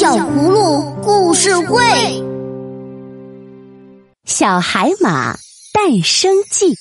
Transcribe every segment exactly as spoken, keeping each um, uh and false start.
小葫芦故事会， 小海马诞生记。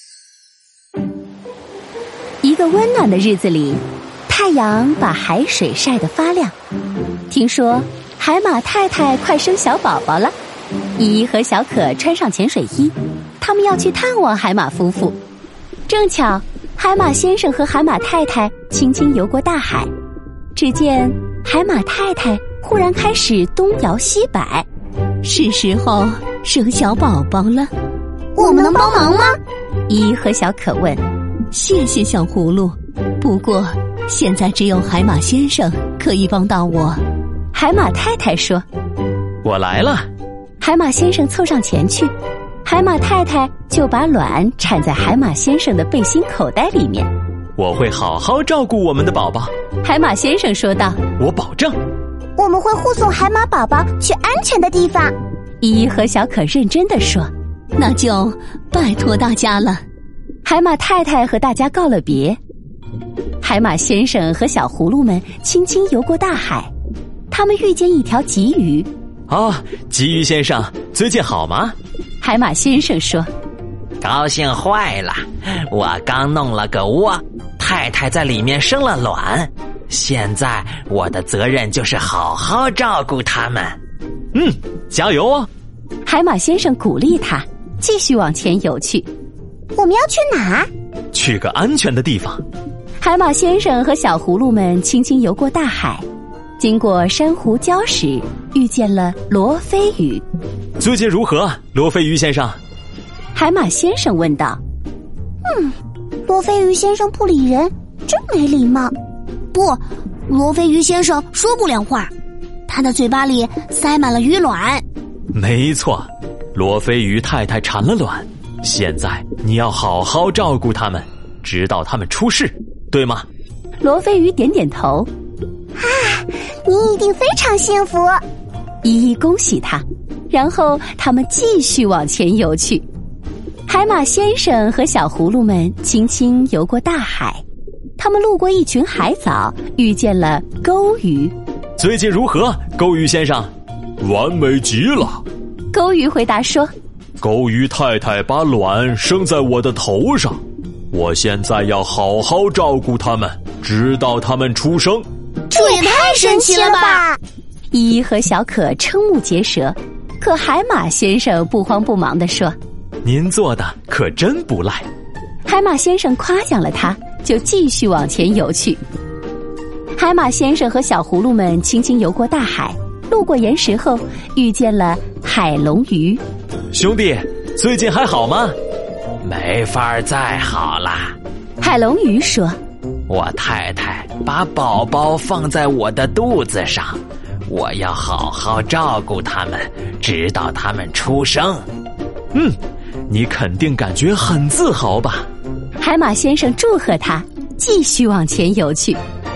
一个温暖的日子里，太阳把海水晒得发亮。听说海马太太快生小宝宝了，依依和小可穿上潜水衣，他们要去探望海马夫妇。正巧海马先生和海马太太轻轻游过大海，只见海马太太忽然开始东摇西摆，是时候生小宝宝了。 我们能帮忙吗？ 依依和小可问。 谢谢小葫芦，不过现在只有海马先生可以帮到我。 海马太太说。 我来了。 海马先生凑上前去，海马太太就把卵产在海马先生的背心口袋里面。 我会好好照顾我们的宝宝。 海马先生说道。 我保证。 我们会护送海马宝宝去安全的地方。 依依和小可认真地说。 那就拜托大家了。 海马太太和大家告了别，海马先生和小葫芦们轻轻游过大海，他们遇见一条鲫鱼。 哦，鲫鱼先生，最近好吗？ 海马先生说。 高兴坏了，我刚弄了个窝，太太在里面生了卵，现在我的责任就是好好照顾它们。 嗯，加油哦！ 海马先生鼓励他继续往前游去。 我们要去哪？ 去个安全的地方。 海马先生和小葫芦们轻轻游过大海，经过珊瑚礁时遇见了罗非鱼。 最近如何，罗非鱼先生？ 海马先生问道。 嗯，罗非鱼先生不理人，真没礼貌。不，罗非鱼先生说不良话，他的嘴巴里塞满了鱼卵。 没错，罗非鱼太太产了卵，现在你要好好照顾它们，直到它们出世，对吗？ 罗非鱼点点头。 啊，你一定非常幸福。 依依恭喜他，然后他们继续往前游去。海马先生和小葫芦们轻轻游过大海，他们路过一群海藻，遇见了钩鱼。 最近如何，钩鱼先生？ 完美极了。 钩鱼回答说。 钩鱼太太把卵生在我的头上，我现在要好好照顾它们，直到它们出生。 这也太神奇了吧！ 依依和小可瞠目结舌，可海马先生不慌不忙地说。 您做的可真不赖。 海马先生夸奖了他，就继续往前游去。海马先生和小葫芦们轻轻游过大海，路过岩石后遇见了海龙鱼。 兄弟，最近还好吗？ 没法再好了。 海龙鱼说。 我太太把宝宝放在我的肚子上，我要好好照顾他们，直到他们出生。 嗯，你肯定感觉很自豪吧？ 海马先生祝贺他，继续往前游去。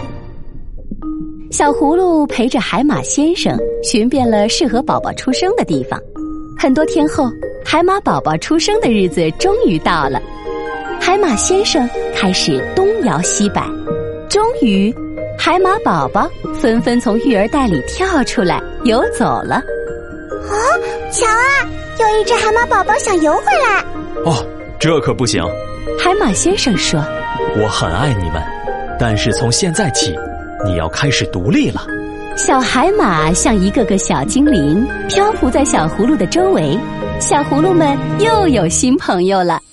小葫芦陪着海马先生寻遍了适合宝宝出生的地方。很多天后，海马宝宝出生的日子终于到了。海马先生开始东摇西摆，终于海马宝宝纷纷从育儿袋里跳出来游走了。 哦，瞧啊，有一只海马宝宝想游回来。 哦，这可不行。 海马先生说。 我很爱你们，但是从现在起你要开始独立了。 小海马像一个个小精灵，漂浮在小葫芦的周围，小葫芦们又有新朋友了。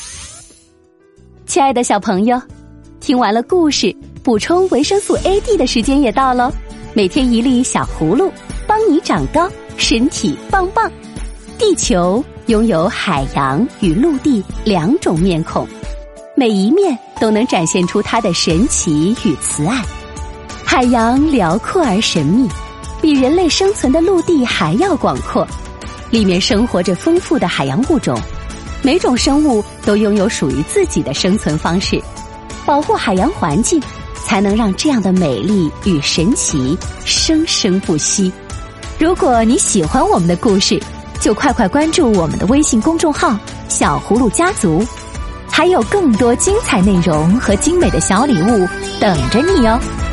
亲爱的小朋友，听完了故事，补充维生素 A D 的时间也到咯。每天一粒小葫芦，帮你长高，身体棒棒。地球拥有海洋与陆地两种面孔，每一面都能展现出它的神奇与慈爱。海洋辽阔而神秘，比人类生存的陆地还要广阔，里面生活着丰富的海洋物种，每种生物都拥有属于自己的生存方式。保护海洋环境，才能让这样的美丽与神奇生生不息。如果你喜欢我们的故事，就快快关注我们的微信公众号小葫芦家族，还有更多精彩内容和精美的小礼物等着你哦。